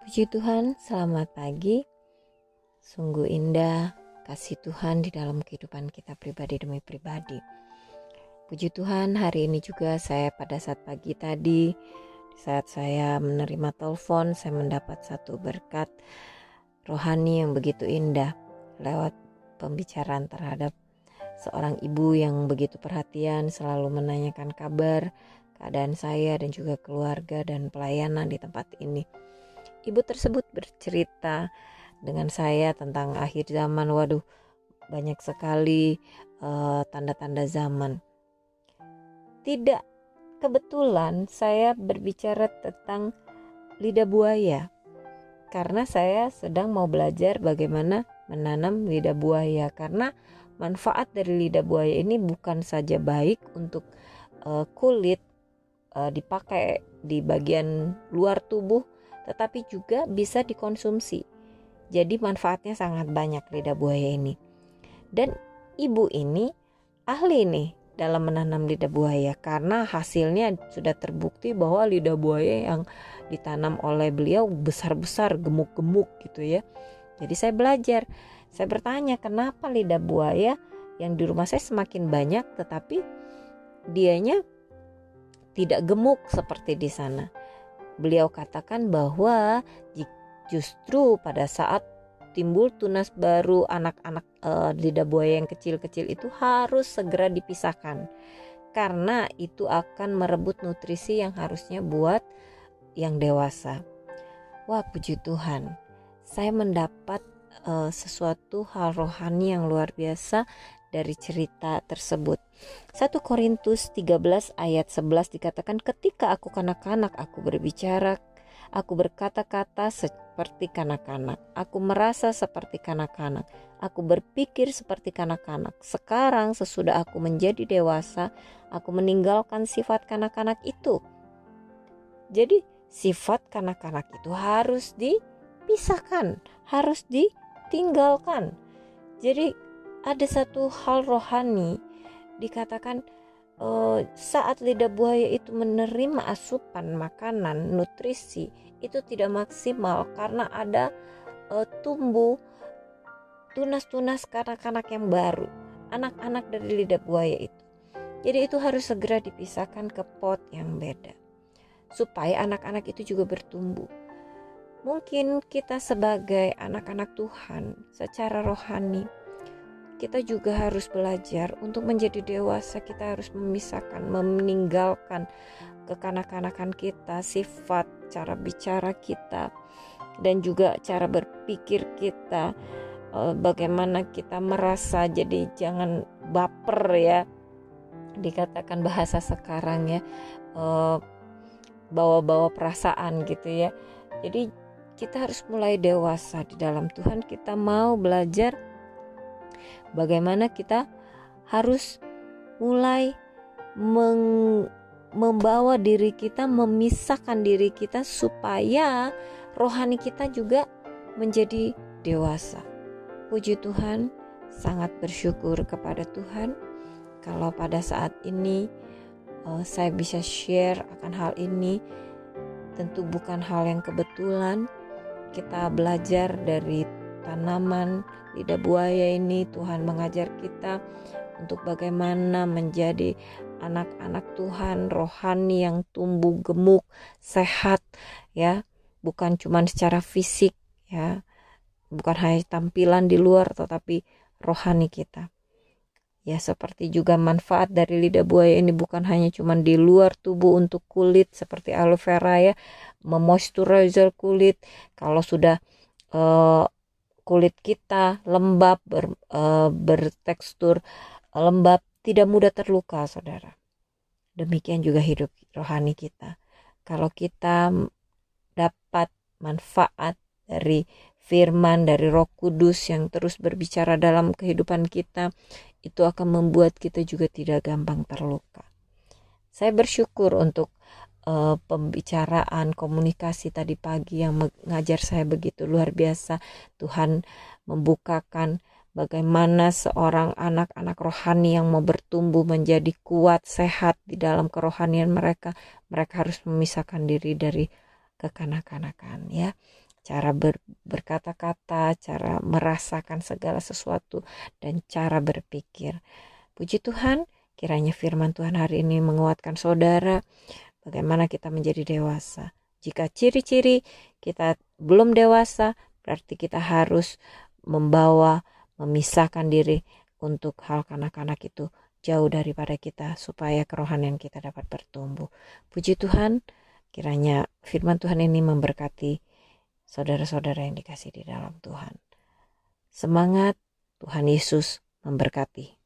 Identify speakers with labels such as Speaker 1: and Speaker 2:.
Speaker 1: Puji Tuhan, selamat pagi. Sungguh indah kasih Tuhan di dalam kehidupan kita pribadi demi pribadi. Puji Tuhan, hari ini juga saya pada saat pagi tadi, saat saya menerima telepon, saya mendapat satu berkat rohani yang begitu indah lewat pembicaraan terhadap seorang ibu yang begitu perhatian, selalu menanyakan kabar, keadaan saya dan juga keluarga dan pelayanan di tempat ini. Ibu tersebut bercerita dengan saya tentang akhir zaman. Waduh, banyak sekali tanda-tanda zaman. Tidak kebetulan saya berbicara tentang lidah buaya, karena saya sedang mau belajar bagaimana menanam lidah buaya. Karena manfaat dari lidah buaya ini bukan saja baik untuk kulit, dipakai di bagian luar tubuh, tetapi juga bisa dikonsumsi. Jadi manfaatnya sangat banyak lidah buaya ini. Dan ibu ini ahli nih dalam menanam lidah buaya, karena hasilnya sudah terbukti bahwa lidah buaya yang ditanam oleh beliau besar-besar, gemuk-gemuk gitu ya. Jadi saya belajar, saya bertanya kenapa lidah buaya yang di rumah saya semakin banyak tetapi dianya tidak gemuk seperti di sana. Beliau katakan bahwa justru pada saat timbul tunas baru, anak-anak lidah buaya yang kecil-kecil itu harus segera dipisahkan, karena itu akan merebut nutrisi yang harusnya buat yang dewasa. Wah, puji Tuhan, saya mendapat sesuatu hal rohani yang luar biasa dari cerita tersebut. 1 Korintus 13 ayat 11 dikatakan, ketika aku kanak-kanak aku berbicara, aku berkata-kata seperti kanak-kanak, aku merasa seperti kanak-kanak, aku berpikir seperti kanak-kanak. Sekarang sesudah aku menjadi dewasa, aku meninggalkan sifat kanak-kanak itu. Jadi sifat kanak-kanak itu harus dipisahkan, harus ditinggalkan. Jadi ada satu hal rohani, dikatakan saat lidah buaya itu menerima asupan makanan, nutrisi itu tidak maksimal karena ada tumbuh tunas-tunas kanak-kanak yang baru, anak-anak dari lidah buaya itu. Jadi itu harus segera dipisahkan ke pot yang beda, supaya anak-anak itu juga bertumbuh. Mungkin kita sebagai anak-anak Tuhan secara rohani, kita juga harus belajar untuk menjadi dewasa. Kita harus memisahkan, meninggalkan kekanak-kanakan kita, sifat, cara bicara kita, dan juga cara berpikir kita, bagaimana kita merasa. Jadi jangan baper ya, dikatakan bahasa sekarang ya, bawa-bawa perasaan gitu ya. Jadi kita harus mulai dewasa di dalam Tuhan. Kita mau belajar bagaimana kita harus mulai membawa diri kita, memisahkan diri kita supaya rohani kita juga menjadi dewasa. Puji Tuhan, sangat bersyukur kepada Tuhan kalau pada saat ini saya bisa share akan hal ini. Tentu bukan hal yang kebetulan. Kita belajar dari tanaman lidah buaya ini. Tuhan mengajar kita untuk bagaimana menjadi anak-anak Tuhan rohani yang tumbuh gemuk, sehat ya, bukan cuma secara fisik ya, bukan hanya tampilan di luar tetapi rohani kita. Ya, seperti juga manfaat dari lidah buaya ini bukan hanya cuma di luar tubuh untuk kulit seperti aloe vera ya, memoisturizer kulit. Kalau sudah kulit kita lembab, bertekstur lembab, tidak mudah terluka, saudara. Demikian juga hidup rohani kita. Kalau kita dapat manfaat dari firman, dari Roh Kudus yang terus berbicara dalam kehidupan kita, itu akan membuat kita juga tidak gampang terluka. Saya bersyukur untuk pembicaraan, komunikasi tadi pagi yang mengajar saya begitu luar biasa. Tuhan membukakan bagaimana seorang anak-anak rohani yang mau bertumbuh menjadi kuat, sehat di dalam kerohanian mereka harus memisahkan diri dari kekanak-kanakan ya. cara berkata-kata, cara merasakan segala sesuatu, dan cara berpikir. Puji Tuhan, kiranya firman Tuhan hari ini menguatkan saudara bagaimana kita menjadi dewasa. Jika ciri-ciri kita belum dewasa, berarti kita harus memisahkan diri untuk hal kanak-kanak itu jauh daripada kita, supaya kerohanian kita dapat bertumbuh. Puji Tuhan, kiranya firman Tuhan ini memberkati saudara-saudara yang dikasihi di dalam Tuhan. Semangat, Tuhan Yesus memberkati.